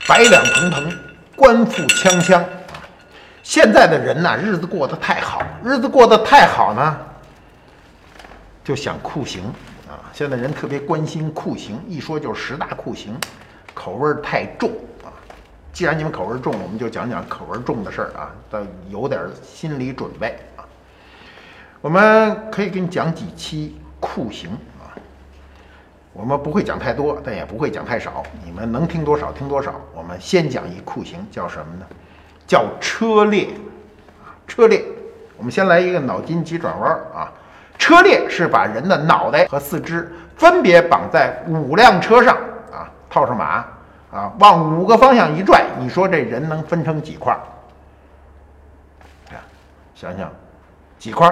百两腾腾，官复锵锵。现在的人呐，日子过得太好，日子过得太好呢，就想酷刑啊。现在人特别关心酷刑，一说就是10大酷刑，口味太重啊。既然你们口味重，我们就讲讲口味重的事儿啊，都有点心理准备啊。我们可以给你讲几期酷刑啊，我们不会讲太多，但也不会讲太少，你们能听多少听多少。我们先讲一酷刑，叫什么呢？叫车裂啊，车裂。我们先来一个脑筋急转弯啊。车裂是把人的脑袋和四肢分别绑在5辆车上啊，套上马啊，往5个方向一拽，你说这人能分成几块？想想，几块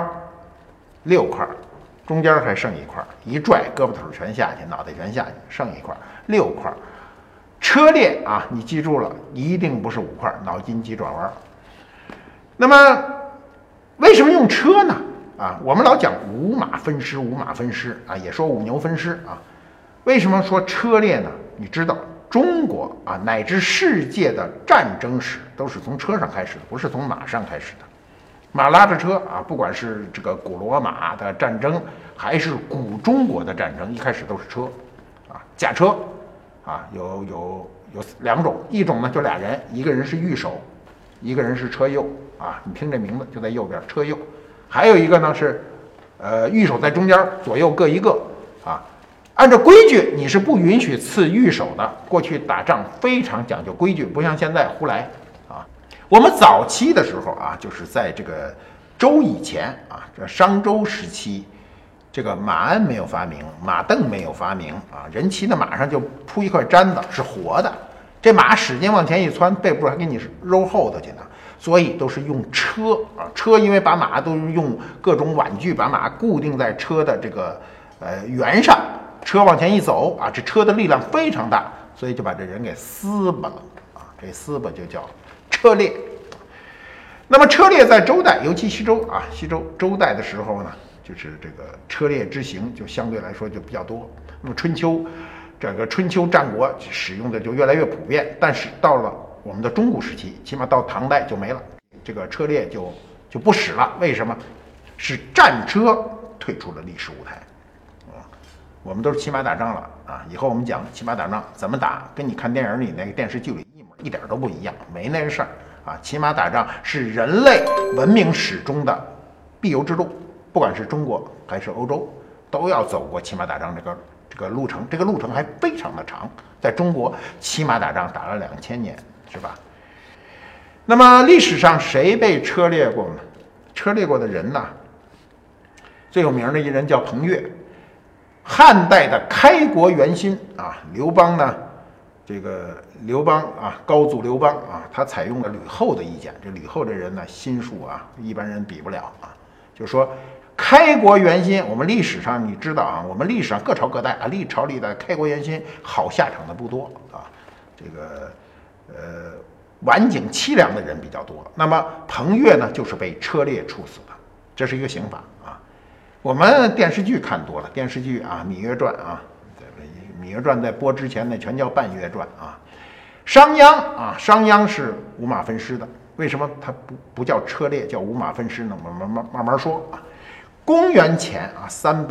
？6块，中间还剩1块，一拽胳膊腿全下去，脑袋全下去，剩1块，6块。车裂啊，你记住了，一定不是5块。脑筋急转弯。那么为什么用车呢？啊，我们老讲5马分尸，5马分尸啊，也说5牛分尸啊。为什么说车裂呢？你知道，中国啊乃至世界的战争史都是从车上开始的，不是从马上开始的。马拉着车啊，不管是这个古罗马的战争，还是古中国的战争，一开始都是车啊，驾车啊，有2种，一种呢就俩人，一个人是御手，一个人是车右啊，你听这名字就在右边，车右。还有一个呢是御手在中间，左右各一个啊。按照规矩，你是不允许刺御手的。过去打仗非常讲究规矩，不像现在胡来啊。我们早期的时候啊，就是在这个周以前啊，这商周时期，这个马鞍没有发明，马镫没有发明啊，人骑在马上就铺一块毡子，是活的，这马使劲往前一窜，背部还给你揉后头去呢。所以都是用车啊，车因为把马都用各种碗具把马固定在车的这个辕上，车往前一走啊，这车的力量非常大，所以就把这人给撕巴了啊，这撕巴就叫车裂。那么车裂在周代，尤其西周啊，西周周代的时候呢，就是这个车裂之刑就相对来说就比较多。那么春秋战国使用的就越来越普遍，但是到了我们的中古时期，起码到唐代就没了，这个车裂就不使了。为什么？是战车退出了历史舞台啊！我们都是骑马打仗了啊！以后我们讲骑马打仗怎么打，跟你看电影里那个电视剧里一点都不一样，没那个事儿啊！骑马打仗是人类文明史中的必由之路，不管是中国还是欧洲，都要走过骑马打仗这个路程，这个路程还非常的长。在中国，骑马打仗打了2000年。是吧？那么历史上谁被车裂过呢？车裂过的人呢，最有名的一人叫彭越，汉代的开国元勋啊。刘邦呢，这个刘邦啊，高祖刘邦啊，他采用了吕后的意见。这吕后这人呢，心术啊，一般人比不了啊。就说开国元勋，我们历史上你知道啊，我们历史上各朝各代啊，历朝历代开国元勋好下场的不多啊。这个晚景凄凉的人比较多。那么彭越呢，就是被车裂处死的，这是一个刑法啊。我们电视剧看多了，电视剧啊，《芈月传》啊，《芈月传》在播之前那全叫《半月传》啊。商鞅啊，商鞅是5马分尸的，为什么他不叫车裂，叫5马分尸呢？我们慢慢说啊。公元前啊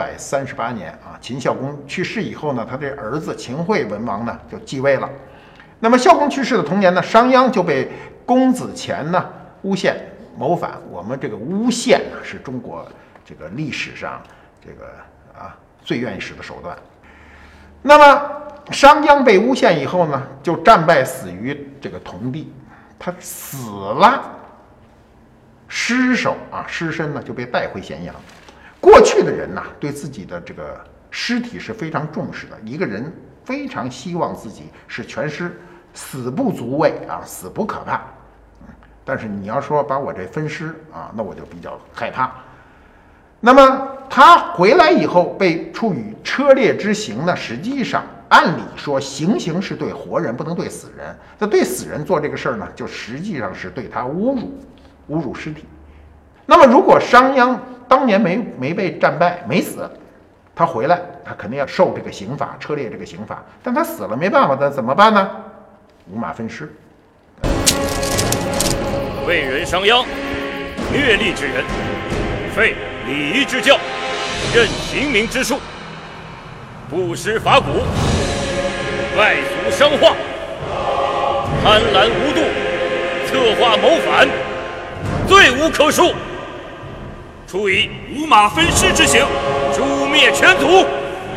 338年啊，秦孝公去世以后呢，他这儿子秦惠文王呢就继位了。那么孝公去世的同年呢，商鞅就被公子虔呢诬陷谋反。我们这个诬陷呢，是中国这个历史上这个最原始的手段。那么商鞅被诬陷以后呢，就战败死于这个铜地，他死了，尸首啊尸身呢就被带回咸阳。过去的人呐，对自己的这个尸体是非常重视的，一个人非常希望自己是全尸，死不足畏啊，死不可怕。但是你要说把我这分尸啊，那我就比较害怕。那么他回来以后被处以车裂之刑呢，实际上按理说行刑是对活人，不能对死人。那对死人做这个事儿呢，就实际上是对他侮辱尸体。那么如果商鞅当年没被战败，没死，他回来他肯定要受这个刑罚，车裂这个刑罚。但他死了没办法，他怎么办呢？ 五马分尸。 为人商鞅，略吏之人，废礼仪之教，任刑名之术，不施法古，外族商化，贪婪无度，策划谋反，罪无可恕，处以五马分尸之刑，诛灭全族。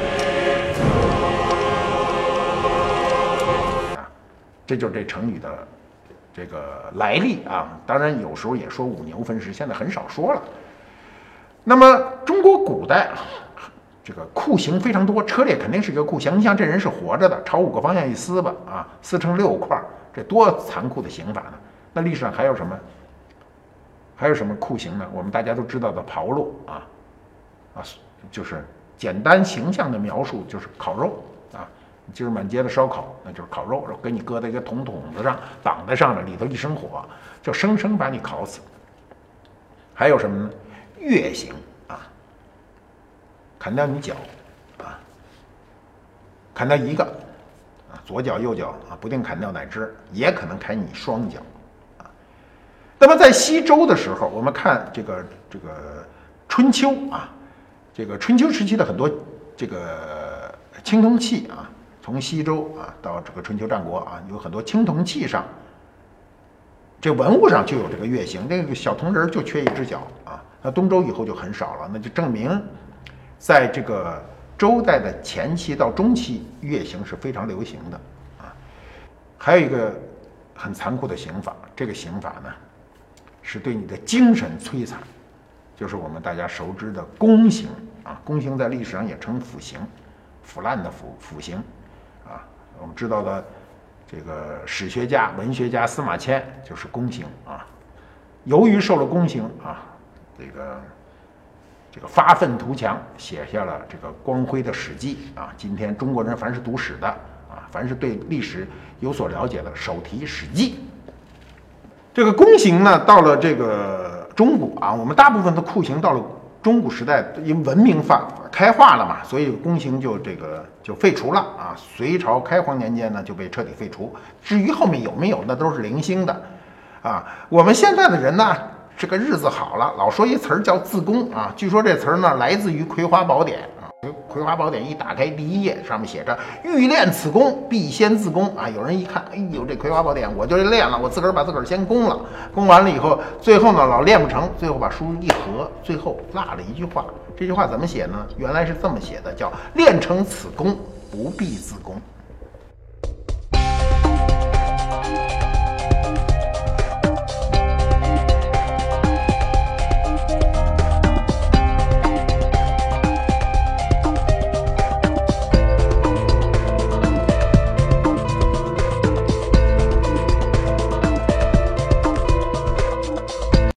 这就是这成语的这个来历啊。当然有时候也说五牛分尸，现在很少说了。那么中国古代啊，这个酷刑非常多，车裂肯定是一个酷刑。你想这人是活着的，朝5个方向一撕吧，啊，撕成6块，这多残酷的刑法呢？那历史上还有什么？还有什么酷刑呢？我们大家都知道的刨肉啊，就是简单形象的描述，就是烤肉啊。今儿满街的烧烤，那就是烤肉，给你搁在一个铜筒子上，挡在上面，里头一生火，就生生把你烤死。还有什么呢？月刑啊，砍掉你脚啊，砍掉一个啊，左脚右脚啊，不定砍掉哪只，也可能砍你双脚啊。那么在西周的时候，我们看这个春秋啊，这个春秋时期的很多这个青铜器啊。从西周啊到这个春秋战国啊，有很多青铜器上，这文物上就有这个月刑，那个小铜人就缺一只脚啊。那东周以后就很少了，那就证明，在这个周代的前期到中期，月刑是非常流行的啊。还有一个很残酷的刑法，这个刑法呢，是对你的精神摧残，就是我们大家熟知的宫刑啊。宫刑在历史上也称腐刑，腐烂的腐刑。啊，我们知道的这个史学家、文学家司马迁就是宫刑啊。由于受了宫刑啊，这个发愤图强，写下了这个光辉的史记啊。今天中国人凡是读史的啊，凡是对历史有所了解的，手提《史记》。这个宫刑呢，到了这个中古啊，我们大部分的酷刑到了中古时代，因为文明开化了嘛，所以宫刑就废除了啊。隋朝开皇年间呢，就被彻底废除。至于后面有没有，那都是零星的啊。我们现在的人呢，这个日子好了，老说一词儿叫自宫啊。据说这词儿呢，来自于《葵花宝典》啊。《葵花宝典》一打开第1页，上面写着“欲练此功，必先自宫”啊。有人一看，哎呦，这《葵花宝典》我就练了，我自个儿把自个儿先攻了，攻完了以后，最后呢老练不成，最后把书一合，最后落了一句话。这句话怎么写呢？原来是这么写的，叫“练成此功，不必自宫”。